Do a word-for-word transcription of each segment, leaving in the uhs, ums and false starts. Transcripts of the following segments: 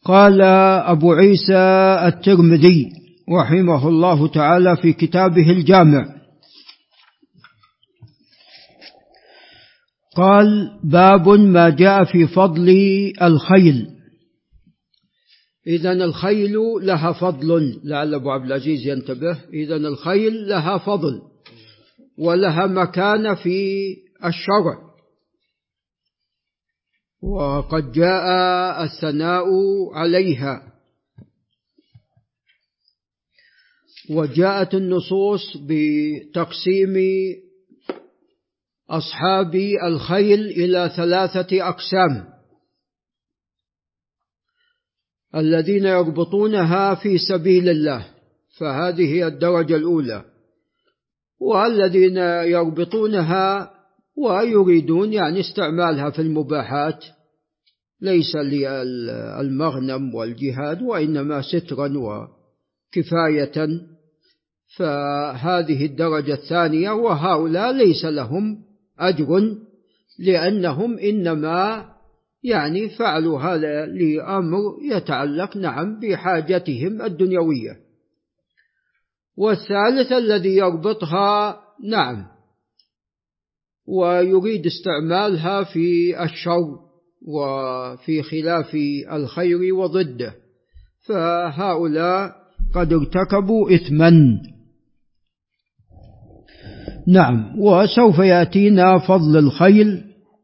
قال أبو عيسى الترمذي رحمه الله تعالى في كتابه الجامع: قال: باب ما جاء في فضل الخيل. إذن الخيل لها فضل، لعل أبو عبد العزيز ينتبه. إذن الخيل لها فضل ولها مكانة في الشرع، وقد جاء الثناء عليها، وجاءت النصوص بتقسيم أصحاب الخيل إلى ثلاثة أقسام: الذين يربطونها في سبيل الله، فهذه هي الدرجة الأولى، والذين يربطونها ويريدون يعني استعمالها في المباحات، ليس للمغنم والجهاد وإنما سترا وكفاية، فهذه الدرجة الثانية. وهؤلاء ليس لهم أجر، لأنهم إنما يعني فعلوا هذا لأمر يتعلق نعم بحاجتهم الدنيوية. والثالث الذي يربطها نعم ويريد استعمالها في الشر وفي خلاف الخير وضده، فهؤلاء قد ارتكبوا إثما. نعم. وسوف يأتينا فضل الخيل،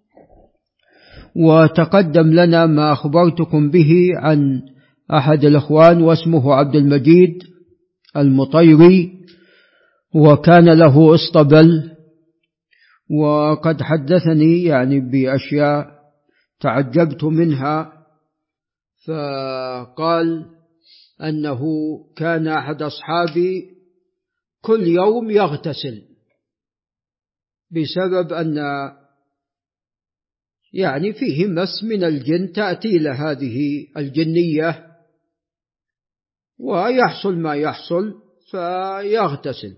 وتقدم لنا ما أخبرتكم به عن أحد الأخوان واسمه عبد المجيد المطيري، وكان له اسطبل، وقد حدثني يعني بأشياء تعجبت منها. فقال أنه كان أحد أصحابي كل يوم يغتسل بسبب أن يعني فيه مس من الجن تأتي له هذه الجنية ويحصل ما يحصل فيغتسل.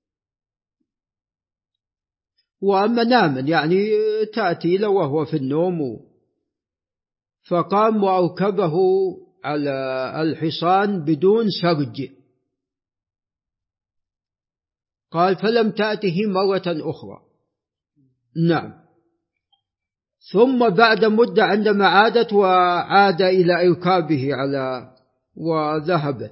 وأما ناما يعني تأتي له وهو في النوم، فقام وأركبه على الحصان بدون سرج. قال: فلم تأته مرة أخرى. نعم. ثم بعد مدة عندما عادت وعاد إلى إركابه على وذهبت.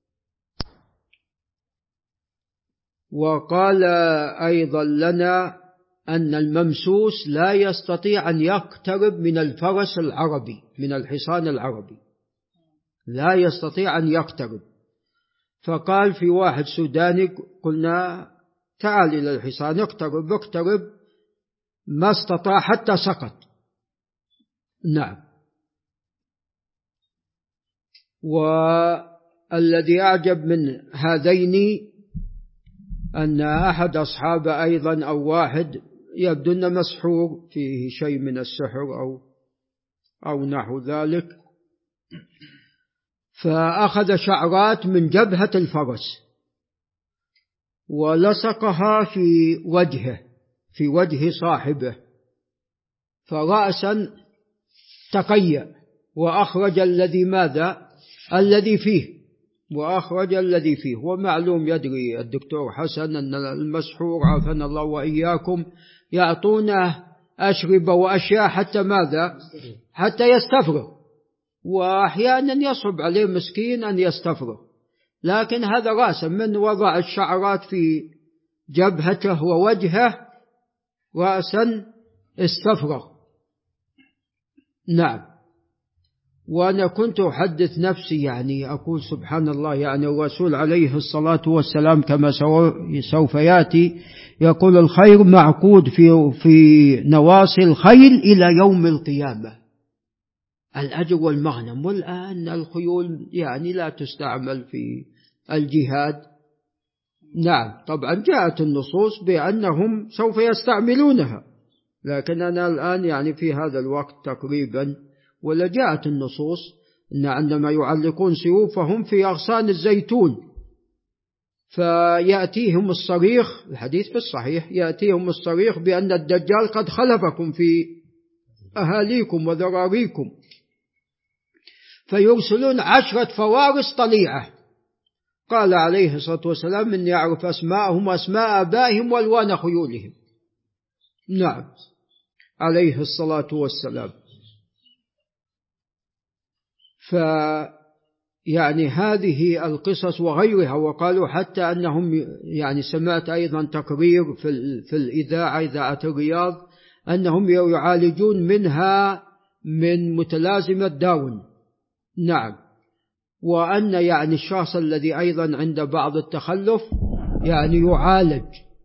وقال أيضا لنا أن الممسوس لا يستطيع أن يقترب من الفرس العربي، من الحصان العربي لا يستطيع أن يقترب. فقال في واحد سوداني قلنا: تعال إلى الحصان اقترب اقترب، ما استطاع حتى سقط. نعم. والذي أعجب من هذين أن أحد أصحاب أيضا أو واحد يبدو أنه مسحور فيه شيء من السحر أو, أو نحو ذلك، فأخذ شعرات من جبهة الفرس ولصقها في وجهه في وجه صاحبه، فرأسا تقيأ وأخرج الذي ماذا الذي فيه وأخرج الذي فيه. ومعلوم يدري الدكتور حسن أن المسحور عافانا الله وإياكم يعطونه أشربة وأشياء حتى ماذا حتى يستفرغ، وأحيانا يصعب عليه مسكين أن يستفرغ، لكن هذا رأسا من وضع الشعرات في جبهته ووجهه رأسا استفرغ. نعم. وأنا كنت أحدث نفسي يعني أقول سبحان الله، يعني الرسول عليه الصلاة والسلام كما سوف يأتي يقول: الخير معقود في, في نواصي الخيل إلى يوم القيامة، الأجر والمغنم. والآن الخيول يعني لا تستعمل في الجهاد. نعم طبعا جاءت النصوص بأنهم سوف يستعملونها، لكن أنا الآن يعني في هذا الوقت تقريبا ولا جاءت النصوص أن عندما يعلقون سيوفهم في أغصان الزيتون فيأتيهم الصريخ، الحديث في الصحيح، يأتيهم الصريخ بأن الدجال قد خلفكم في أهاليكم وذراريكم. فيرسلون عشرة فوارس طليعة. قال عليه الصلاة والسلام إني أعرف أسماءهم وأسماء آبائهم وألوان خيولهم. نعم عليه الصلاة والسلام. ف يعني هذه القصص وغيرها. وقالوا حتى أنهم يعني سمعت أيضا تقرير في, في الإذاعة إذاعة الرياض أنهم يعالجون منها من متلازمة داون. نعم. وأن يعني الشخص الذي أيضا عنده بعض التخلف يعني يعالج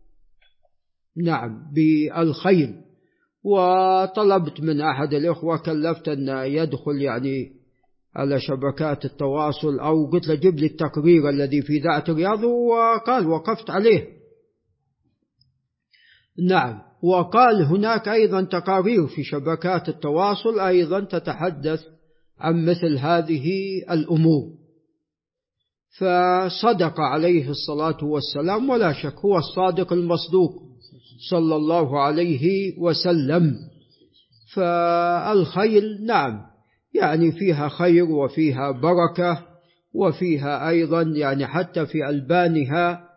نعم بالخيل. وطلبت من أحد الإخوة كلفت أن يدخل يعني على شبكات التواصل أو قلت له جيب لي التقرير الذي في إذاعة الرياض، وقال وقفت عليه. نعم. وقال هناك أيضا تقارير في شبكات التواصل أيضا تتحدث عن مثل هذه الأمور. فصدق عليه الصلاة والسلام ولا شك هو الصادق المصدوق صلى الله عليه وسلم. فالخيل نعم يعني فيها خير وفيها بركة وفيها أيضا يعني حتى في ألبانها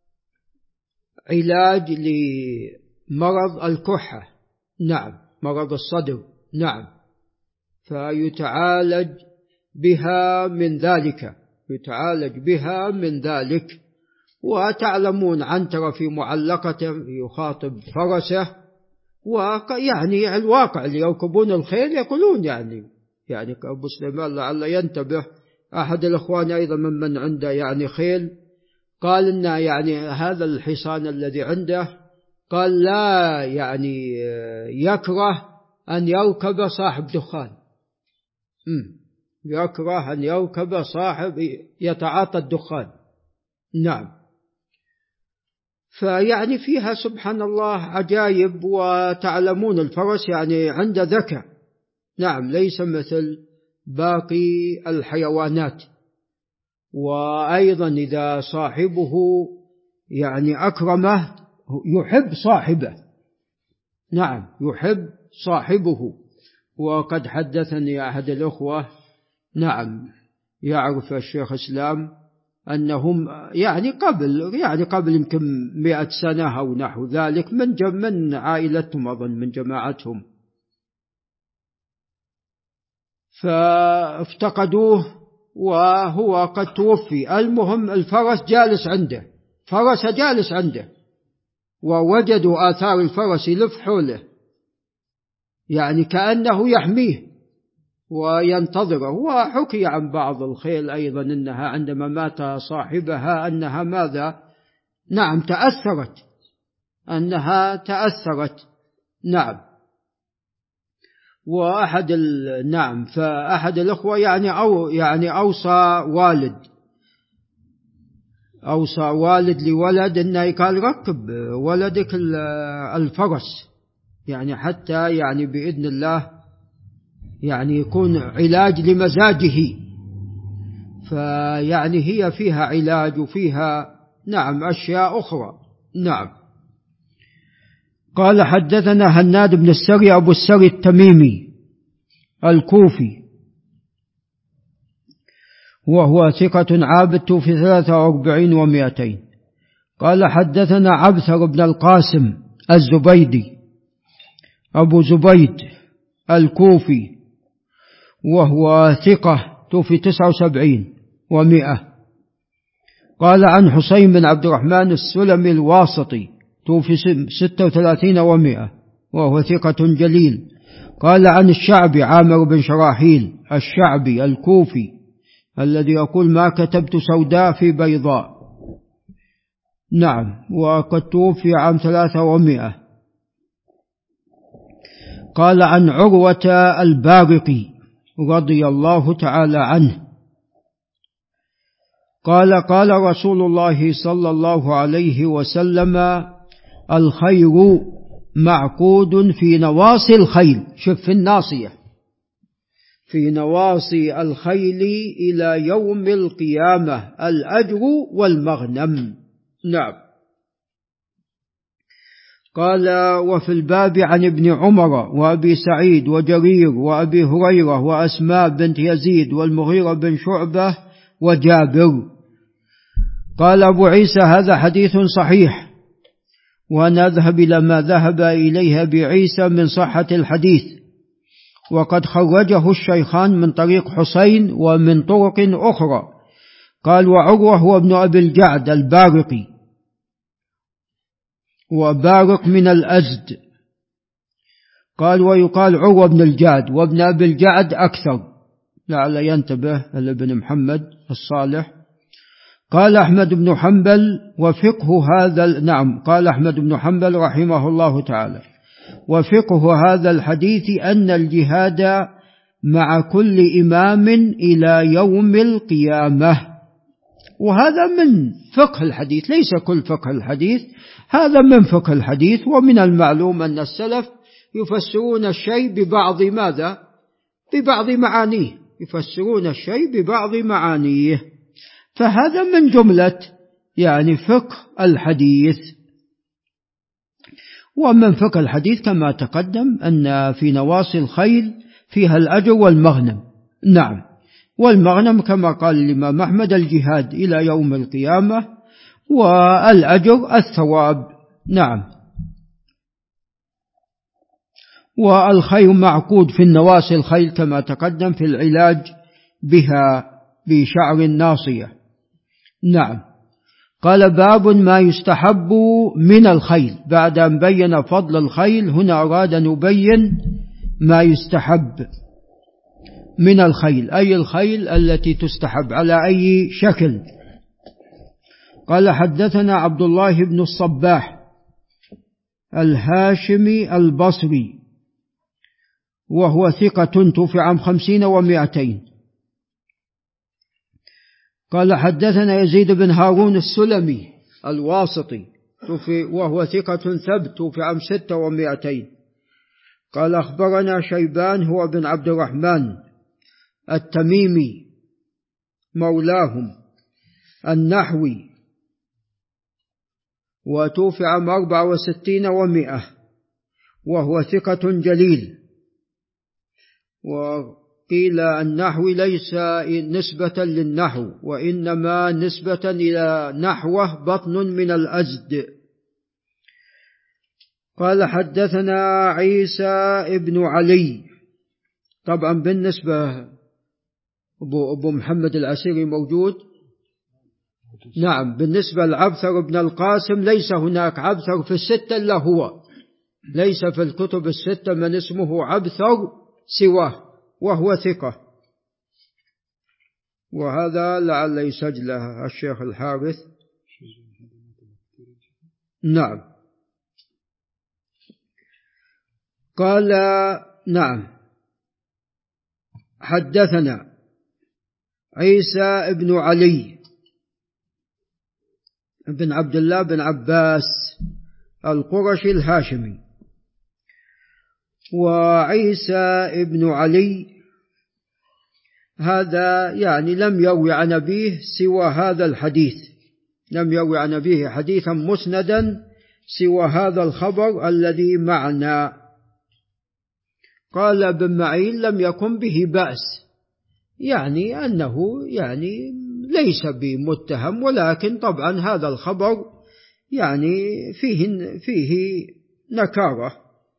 علاج لمرض الكحة. نعم مرض الصدر. نعم فيتعالج بها من ذلك يتعالج بها من ذلك. وتعلمون عنترة في معلقته يخاطب فرسه، ويعني الواقع اللي يركبون الخيل يقولون يعني يعني أبو سليمان لعل ينتبه أحد الأخوان أيضا ممن عنده يعني خيل، قال إن يعني هذا الحصان الذي عنده قال لا يعني يكره أن يركب صاحب دخان. يكره أن يركب صاحب يتعاطى الدخان. نعم. فيعني فيها سبحان الله عجائب. وتعلمون الفرس يعني عنده ذكاء. نعم ليس مثل باقي الحيوانات. وأيضا إذا صاحبه يعني أكرمه يحب صاحبه. نعم يحب صاحبه. وقد حدثني أحد الأخوة نعم يعرف الشيخ إسلام أنهم يعني قبل يعني قبل يمكن مئة سنة أو نحو ذلك من من عائلتهم أظن من جماعتهم، فافتقدوه وهو قد توفي. المهم الفرس جالس عنده فرس جالس عنده ووجدوا آثار الفرس يلف حوله يعني كأنه يحميه وينتظره. وحكي عن بعض الخيل أيضا أنها عندما مات صاحبها أنها ماذا نعم تأثرت أنها تأثرت. نعم. وأحد ال... نعم فأحد الأخوة يعني أو يعني أوصى والد أوصى والد لولد أنه قال ركب ولدك الفرس يعني حتى يعني بإذن الله يعني يكون علاج لمزاجه. فيعني هي فيها علاج وفيها نعم أشياء أخرى. نعم. قال حدثنا هناد بن السري أبو السري التميمي الكوفي وهو ثقة عابد في ثلاثة وأربعين ومائتين. قال حدثنا عبثر بن القاسم الزبيدي أبو زبيد الكوفي وهو ثقة توفي تسعة وسبعين ومائة. قال عن حسين بن عبد الرحمن السلمي الواسطي توفي ستة وثلاثين ومائة وهو ثقة جليل. قال عن الشعبي عامر بن شراحيل الشعبي الكوفي الذي يقول ما كتبت سوداء في بيضاء. نعم وقد توفي عام ثلاثة ومائة. قال عن عروة البارقي رضي الله تعالى عنه قال قال رسول الله صلى الله عليه وسلم الخير معقود في نواصي الخيل. شوف في الناصية في نواصي الخيل إلى يوم القيامة الأجر والمغنم. نعم. قال وفي الباب عن ابن عمر وأبي سعيد وجرير وأبي هريرة وأسماء بنت يزيد والمغيرة بن شعبة وجابر. قال أبو عيسى هذا حديث صحيح، وأنا أذهب إلى ما ذهب إليه أبي عيسى من صحة الحديث، وقد خرجه الشيخان من طريق حسين ومن طرق أخرى. قال وعروة هو ابن أبي الجعد البارقي، وبارق من الأزد. قال ويقال عروة بن الجعد، وابن أبي الجعد أكثر، لعل ينتبه لابن محمد الصالح. قال أحمد بن حنبل وفقه هذا نعم قال أحمد بن حنبل رحمه الله تعالى وفقه هذا الحديث أن الجهاد مع كل إمام إلى يوم القيامة. وهذا من فقه الحديث، ليس كل فقه الحديث، هذا من فقه الحديث. ومن المعلوم أن السلف يفسرون الشيء ببعض ماذا؟ ببعض معانيه، يفسرون الشيء ببعض معانيه، فهذا من جملة يعني فقه الحديث. ومن فقه الحديث كما تقدم أن في نواصي الخيل فيها الأجر والمغنم. نعم، والمغنم كما قال الإمام أحمد الجهاد إلى يوم القيامة، والأجر الثواب. نعم، والخير معقود في النواصي الخيل كما تقدم في العلاج بها بشعر الناصية. نعم. قال باب ما يستحب من الخيل، بعد أن بين فضل الخيل هنا أراد أن يبين ما يستحب من الخيل، أي الخيل التي تستحب على أي شكل. قال حدثنا عبد الله بن الصباح الهاشمي البصري وهو ثقة توفي عام خمسين ومائتين. قال حدثنا يزيد بن هارون السلمي الواسطي توفي وهو ثقة ثبت توفي عام ستة ومائتين. قال أخبرنا شيبان هو بن عبد الرحمن التميمي مولاهم النحوي وتوفي عام أربعة وستين ومائة، وهو ثقة جليل. وقيل النحو ليس نسبة للنحو، وإنما نسبة إلى نحوه بطن من الأزد. قال حدثنا عيسى ابن علي، طبعا بالنسبة أبو, أبو محمد العسيري موجود. نعم، بالنسبة لعبثر بن القاسم ليس هناك عبثر في الستة إلا هو، ليس في الكتب الستة من اسمه عبثر سواه، وهو ثقة. وهذا لعل يسجله الشيخ الحارث. نعم. قال نعم حدثنا عيسى ابن علي بن عبد الله بن عباس القرشي الهاشمي. وعيسى ابن علي هذا يعني لم يروي عن أبيه سوى هذا الحديث، لم يروي عن أبيه حديثا مسندا سوى هذا الخبر الذي معنا. قال ابن معين لم يكن به بأس، يعني أنه يعني ليس بمتهم، ولكن طبعا هذا الخبر يعني فيه فيه نكارة،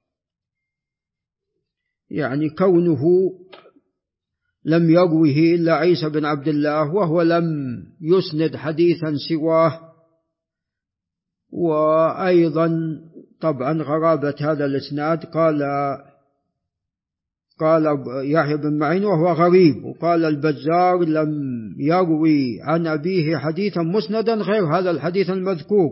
يعني كونه لم يروه إلا عيسى بن عبد الله وهو لم يسند حديثا سواه. وأيضا طبعا غرابة هذا الإسناد، قال قال يحيى بن معين وهو غريب. وقال البزار لم يروي عن أبيه حديثا مسندا غير هذا الحديث المذكور.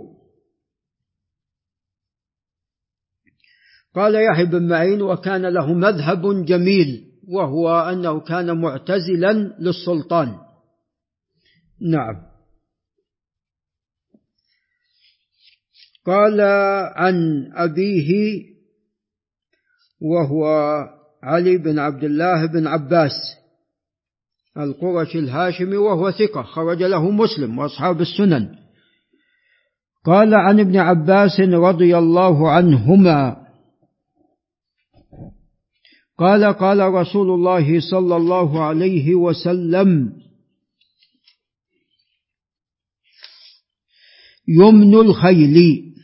قال يحيى بن معين وكان له مذهب جميل، وهو أنه كان معتزلا للسلطان. نعم. قال عن أبيه وهو علي بن عبد الله بن عباس القرشي الهاشمي وهو ثقة، خرج له مسلم وأصحاب السنن. قال عن ابن عباس رضي الله عنهما قال قال رسول الله صلى الله عليه وسلم: يمن الخيل،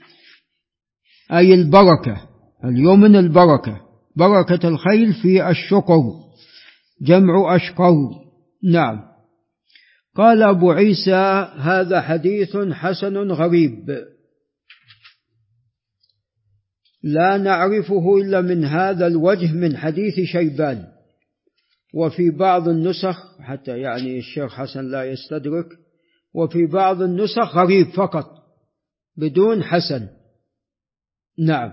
أي البركة، اليمن البركة، بركة الخيل في الشقر، جمع أشقر. نعم. قال أبو عيسى: هذا حديث حسن غريب لا نعرفه إلا من هذا الوجه من حديث شيبان. وفي بعض النسخ، حتى يعني الشيخ حسن لا يستدرك، وفي بعض النسخ غريب فقط بدون حسن. نعم.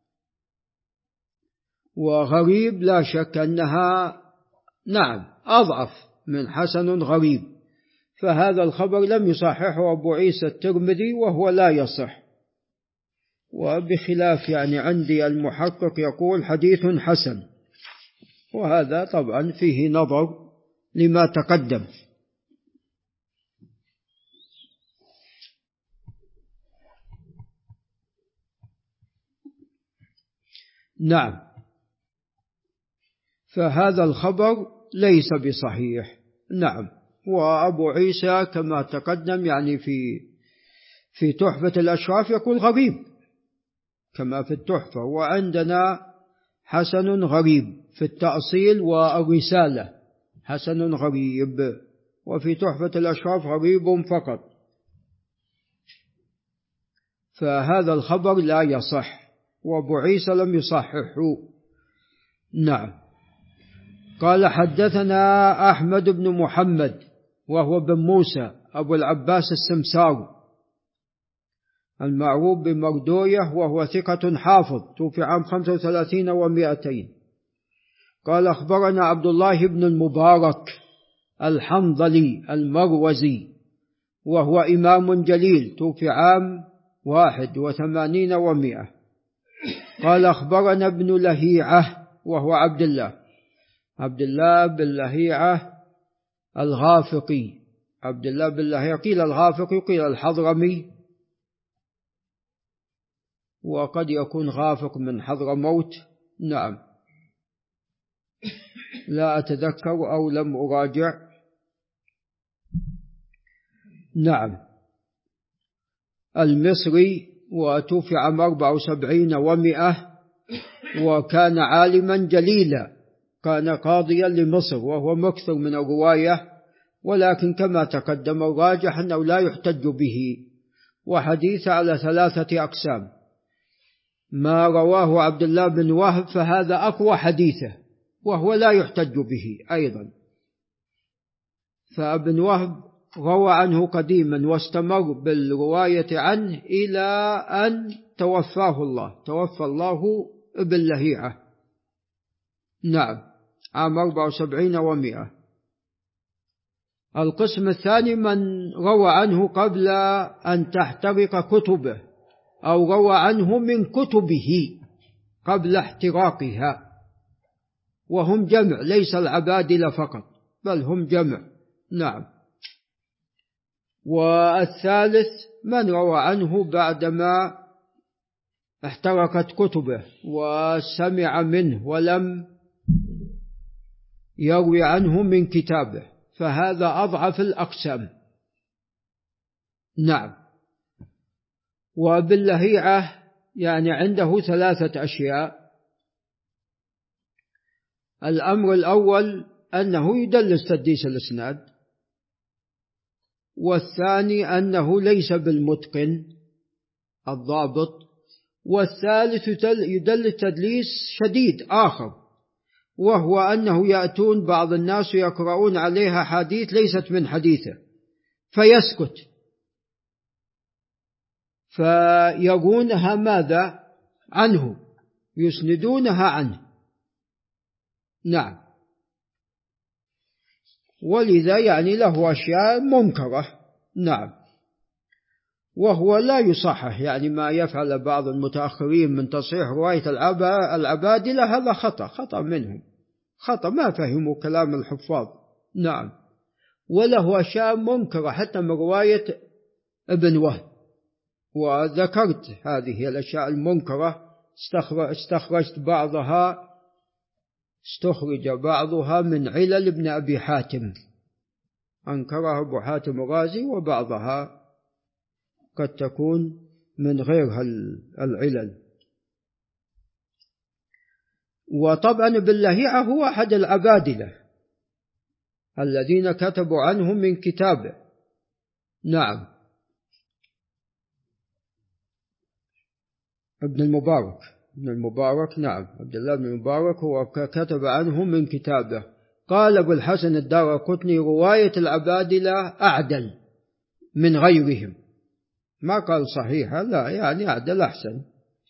وغريب لا شك أنها نعم أضعف من حسن غريب، فهذا الخبر لم يصححه أبو عيسى الترمذي وهو لا يصح. وبخلاف يعني عندي المحقق يقول حديث حسن، وهذا طبعا فيه نظر لما تقدم. نعم. فهذا الخبر ليس بصحيح. نعم. وأبو عيسى كما تقدم يعني في في تحفة الأشراف يقول غريب كما في التحفة، وعندنا حسن غريب في التأصيل والرسالة، حسن غريب، وفي تحفة الأشراف غريب فقط. فهذا الخبر لا يصح، وأبو عيسى لم يصححه. نعم. قال حدثنا أحمد بن محمد وهو بن موسى أبو العباس السمسار المعروف بمردوية، وهو ثقة حافظ، توفي عام خمسة وثلاثين ومائتين. قال أخبرنا عبد الله بن المبارك الحنظلي المروزي، وهو إمام جليل، توفي عام واحد وثمانين ومائة. قال أخبرنا ابن لهيعة وهو عبد الله عبد الله بن لهيعة الغافقي، عبد الله بن لهيعة قيل الغافقي قيل الحضرمي، وقد يكون غافق من حضرموت. نعم. لا أتذكر أو لم أراجع. نعم. المصري، وتوفي عام أربع وسبعين ومائة، وكان عالما جليلا، كان قاضيا لمصر، وهو مكثر من الرواية، ولكن كما تقدم الراجح أنه لا يحتج به، وحديث على ثلاثة أقسام. ما رواه عبد الله بن وهب فهذا أقوى حديثه، وهو لا يحتج به أيضا. فابن وهب روى عنه قديما واستمر بالرواية عنه إلى أن توفاه الله، توفى الله ابن لهيعة. نعم. عام أربع وسبعين ومائة. القسم الثاني من روى عنه قبل أن تحترق كتبه، أو روى عنه من كتبه قبل احتراقها، وهم جمع، ليس العبادلة فقط بل هم جمع. نعم. والثالث من روى عنه بعدما احترقت كتبه وسمع منه ولم يروي عنه من كتابه، فهذا أضعف الأقسام. نعم. وباللهيعة يعني عنده ثلاثة أشياء. الأمر الأول أنه يدلس تدليس الإسناد، والثاني أنه ليس بالمتقن الضابط، والثالث يدلس تدليس شديد آخر، وهو أنه يأتون بعض الناس يقرؤون عليها حديث ليست من حديثه فيسكت، فيرونها ماذا عنه، يسندونها عنه. نعم. ولذا يعني له أشياء منكرة. نعم. وهو لا يصحح يعني ما يفعل بعض المتأخرين من تصحيح رواية العبادلة، هذا خطأ خطأ منهم، خطأ، ما فهموا كلام الحفاظ. نعم. وله أشياء منكرة حتى من رواية ابن وهب، وذكرت هذه الأشياء المنكرة، استخرجت بعضها استخرج بعضها من علل ابن أبي حاتم، أنكرها أبو حاتم الرازي، وبعضها قد تكون من غير العلل. وطبعا ابن لهيعة هو أحد العبادلة الذين كتبوا عنهم من كتابه. نعم، ابن المبارك ابن المبارك نعم، عبد الله بن المبارك هو كتب عنهم من كتابه. قال أبو الحسن الدارقطني: رواية العبادلة أعدل من غيرهم. ما قال صحيحة، لا، يعني أعدل أحسن.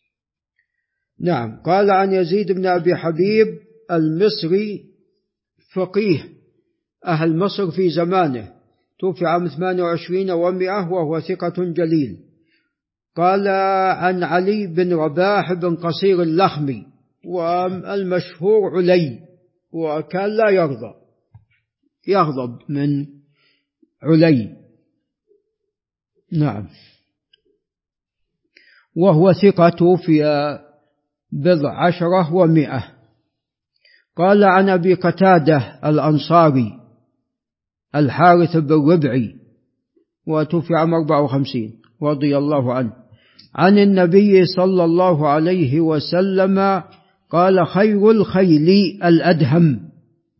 نعم. قال عن يزيد بن أبي حبيب المصري فقيه أهل مصر في زمانه، توفي عام ثمانية وعشرين ومئة وهو ثقة جليل. قال عن علي بن رباح بن قصير اللخمي، والمشهور علي، وكان لا يرضى يغضب من علي. نعم. وهو ثقة في بضع عشرة ومئة. قال عن أبي قتادة الأنصاري الحارث بن ربعي، وتوفي عام أربعة وخمسين رضي الله عنه، عن النبي صلى الله عليه وسلم قال: خير الخيل الأدهم،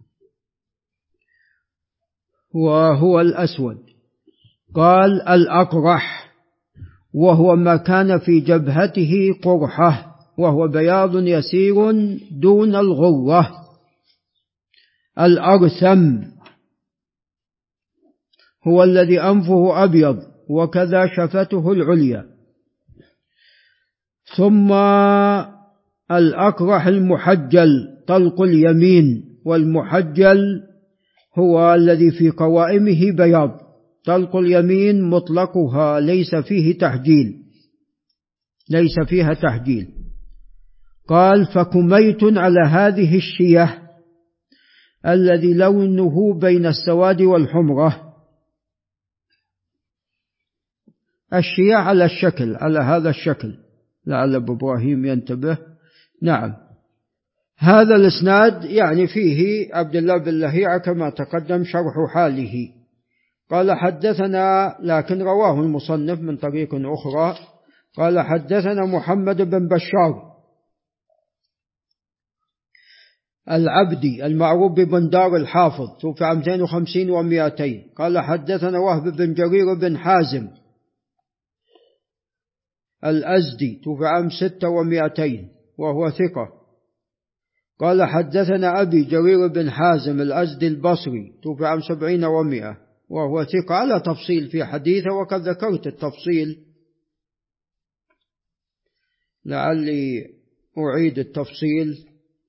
وهو الأسود. قال: الأقرح، وهو ما كان في جبهته قرحة، وهو بياض يسير دون الغرة. الأرثم، هو الذي أنفه أبيض وكذا شفته العليا. ثم الأقرح المحجل طلق اليمين، والمحجل هو الذي في قوائمه بياض، طلق اليمين مطلقها ليس فيه تحجيل ليس فيها تحجيل. قال: فكميت على هذه الشية الذي لونه بين السواد والحمرة. الشية على الشكل، على هذا الشكل، لعل أبو إبراهيم ينتبه. نعم. هذا الإسناد يعني فيه عبد الله بن لهيعة كما تقدم شرح حاله. قال: حدثنا، لكن رواه المصنف من طريق أخرى. قال: حدثنا محمد بن بشار العبدي المعروف بن دار الحافظ، توفي عام مئتين وخمسين ومئتين. قال: حدثنا وهب بن جرير بن حازم الأزدي، توفي عام ستة ومئتين وهو ثقة. قال: حدثنا أبي جرير بن حازم الأزدي البصري، توفي عام سبعين ومئة وهو ثقة، على تفصيل في حديثه، وقد ذكرت التفصيل، لعلي أعيد التفصيل.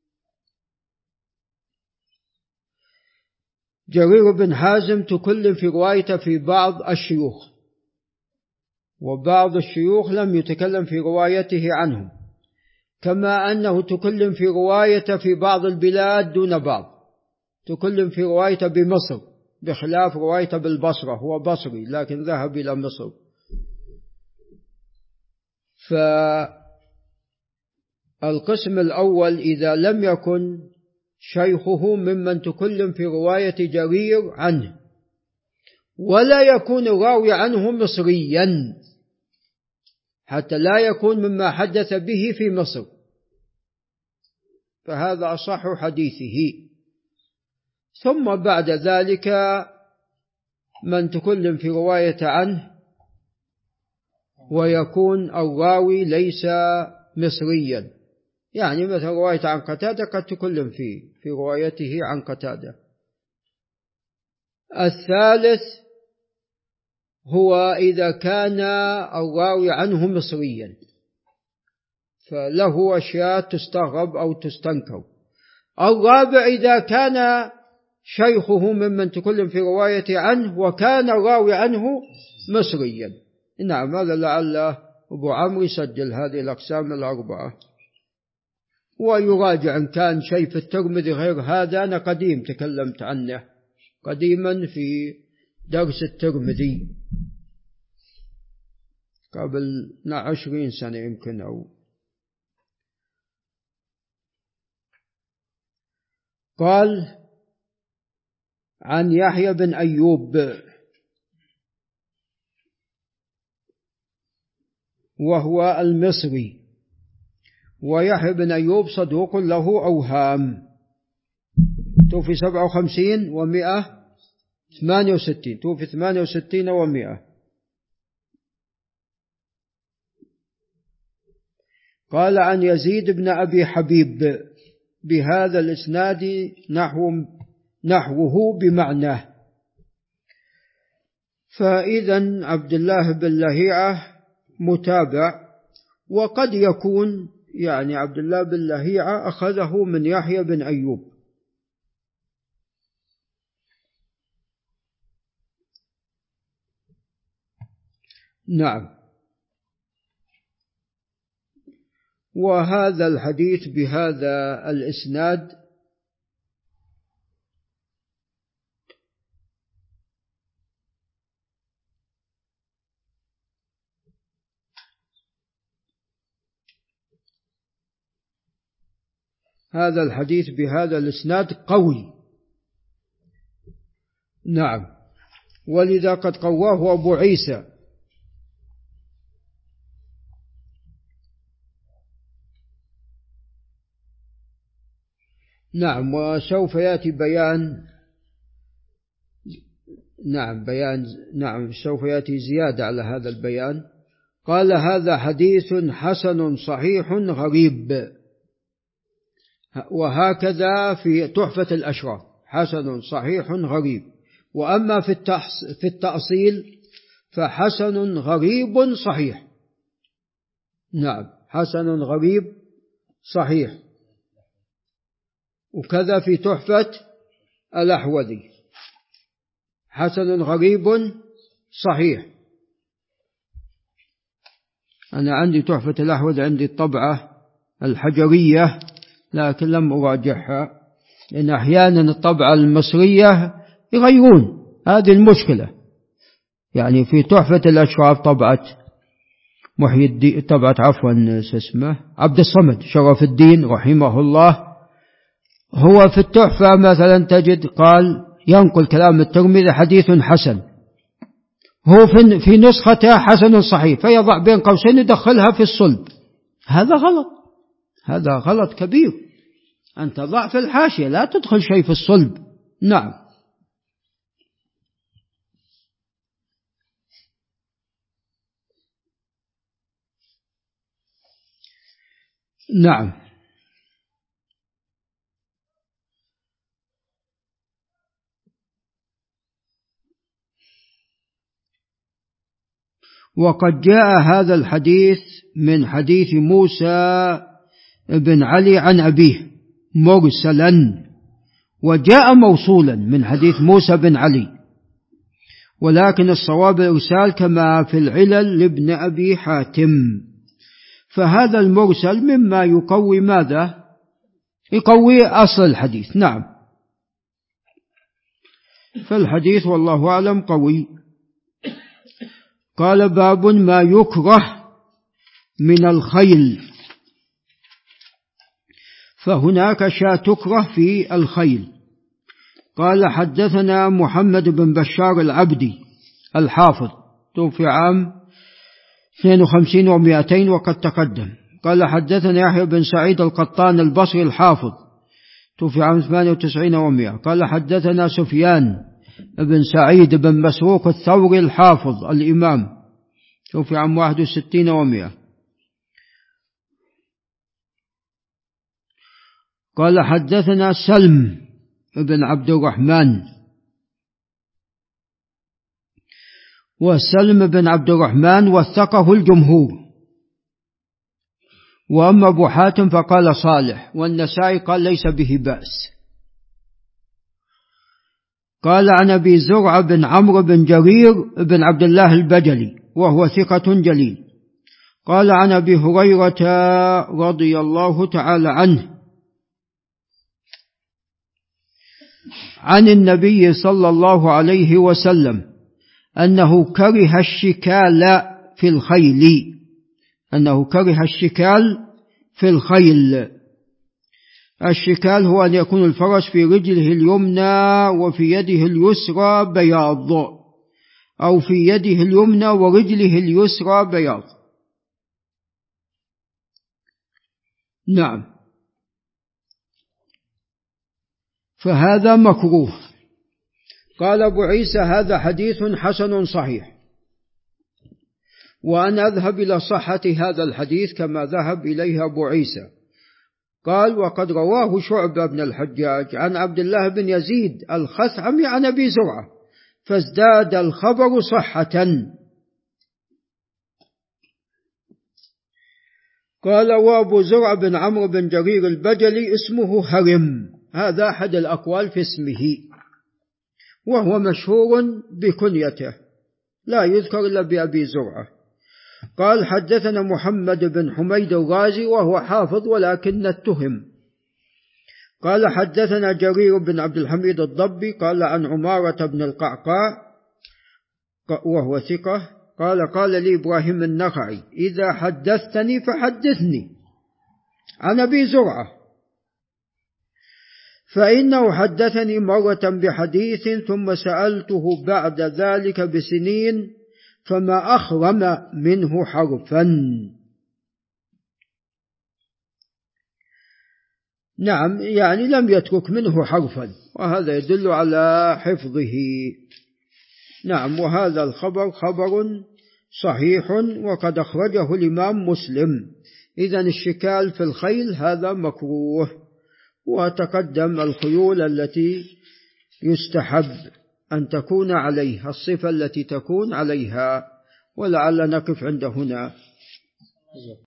جرير بن حازم تكلم في روايته في بعض الشيوخ، وبعض الشيوخ لم يتكلم في روايته عنهم، كما أنه تكلم في روايته في بعض البلاد دون بعض. تكلم في روايته بمصر بخلاف روايته بالبصرة، هو بصري لكن ذهب إلى مصر. فالقسم الأول: إذا لم يكن شيخه ممن تكلم في رواية جرير عنه، ولا يكون الراوي عنه مصريا، حتى لا يكون مما حدث به في مصر، فهذا أصح حديثه. ثم بعد ذلك من تكلم في رواية عنه ويكون الراوي ليس مصريا، يعني مثل رواية عن قتادة قد تكلم في في روايته عن قتادة. الثالث هو إذا كان الراوي عنه مصريا، فله أشياء تستغرب أو تستنكر. الرابع: إذا كان شيخه ممن تكلم في رواية عنه وكان الراوي عنه مصريا. نعم، هذا لعل أبو عمرو يسجل هذه الأقسام الأربعة، ويراجع إن كان شيء في الترمذي غير هذا. أنا قديم تكلمت عنه قديما في درس الترمذي. قبل عشرين سنة يمكن. أو قال عن يحيى بن أيوب وهو المصري، ويحيى بن أيوب صدوق له أوهام، توفي سبعة وخمسين ومئة ثمانية وستين، توفي ثمانية وستين ومئة. قال عن يزيد بن أبي حبيب بهذا الإسناد نحو نحوه بمعناه. فإذا عبد الله بن لهيعة متابع، وقد يكون يعني عبد الله بن لهيعة أخذه من يحيى بن أيوب. نعم. وهذا الحديث بهذا الإسناد هذا الحديث بهذا الإسناد قوي. نعم. ولذا قد قواه أبو عيسى. نعم. وسوف يأتي بيان نعم بيان نعم سوف يأتي زيادة على هذا البيان. قال هذا حديث حسن صحيح غريب، وهكذا في تحفة الأشراف حسن صحيح غريب. وأما في في التأصيل فحسن غريب صحيح. نعم، حسن غريب صحيح. وكذا في تحفة الأحوذي حسن غريب صحيح. أنا عندي تحفة الأحوذي، عندي الطبعة الحجرية لكن لم أراجعها، لأن أحيانا الطبعة المصرية يغيرون، هذه المشكلة. يعني في تحفة الأشراف طبعة محي الدين، طبعة عفوا اسمه عبد الصمد شرف الدين رحمه الله، هو في التحفة مثلا تجد قال ينقل كلام الترمذي حديث حسن، هو في نسخته حسن صحيح، فيضع بين قوسين يدخلها في الصلب. هذا غلط، هذا غلط كبير. أنت ضع في الحاشية، لا تدخل شيء في الصلب. نعم. نعم. وقد جاء هذا الحديث من حديث موسى بن علي عن أبيه مرسلا، وجاء موصولا من حديث موسى بن علي، ولكن الصواب الإرسال كما في العلل لابن أبي حاتم. فهذا المرسل مما يقوي ماذا؟ يقوي أصل الحديث. نعم. فالحديث والله أعلم قوي. قال باب ما يكره من الخيل. فهناك شاة تكره في الخيل. قال حدثنا محمد بن بشار العبدي الحافظ، توفي عام اثنين وخمسين ومئتين وقد تقدم. قال حدثنا يحيى بن سعيد القطان البصري الحافظ، توفي عام ثمانية وتسعين ومئة. قال حدثنا سفيان بن سعيد بن مسروق الثوري الحافظ الإمام، توفي عام واحد وستين ومئة. قال حدثنا سلم بن عبد الرحمن، وسلم بن عبد الرحمن وثقه الجمهور. وأما أبو حاتم فقال صالح، والنسائي قال ليس به بأس. قال عن أبي زرع بن عمرو بن جرير بن عبد الله البجلي وهو ثقة جليل. قال عن أبي هريرة رضي الله تعالى عنه عن النبي صلى الله عليه وسلم أنه كره الشكال في الخيل، أنه كره الشكال في الخيل. الشكال هو أن يكون الفرس في رجله اليمنى وفي يده اليسرى بياض، أو في يده اليمنى ورجله اليسرى بياض. نعم، فهذا مكروه. قال أبو عيسى هذا حديث حسن صحيح، وأنا أذهب إلى صحة هذا الحديث كما ذهب إليه أبو عيسى. قال وقد رواه شعبة بن الحجاج عن عبد الله بن يزيد الخثعمي عن أبي زرعة فازداد الخبر صحة. قال وأبو زرعة بن عمرو بن جرير البجلي اسمه هرم، هذا أحد الأقوال في اسمه، وهو مشهور بكنيته لا يذكر إلا بأبي زرعة. قال حدثنا محمد بن حميد الغازي وهو حافظ ولكن اتهم. قال حدثنا جرير بن عبد الحميد الضبي قال عن عمارة بن القعقاع وهو ثقة قال قال لي إبراهيم النخعي إذا حدثتني فحدثني عن أبي زرعة، فإنه حدثني مرة بحديث ثم سألته بعد ذلك بسنين فما أخرم منه حرفا. نعم، يعني لم يترك منه حرفا، وهذا يدل على حفظه. نعم، وهذا الخبر خبر صحيح وقد أخرجه الإمام مسلم. إذن الشكال في الخيل هذا مكروه. وتقدم الخيول التي يستحب أن تكون عليها الصفة التي تكون عليها، ولعل نقف عند هنا.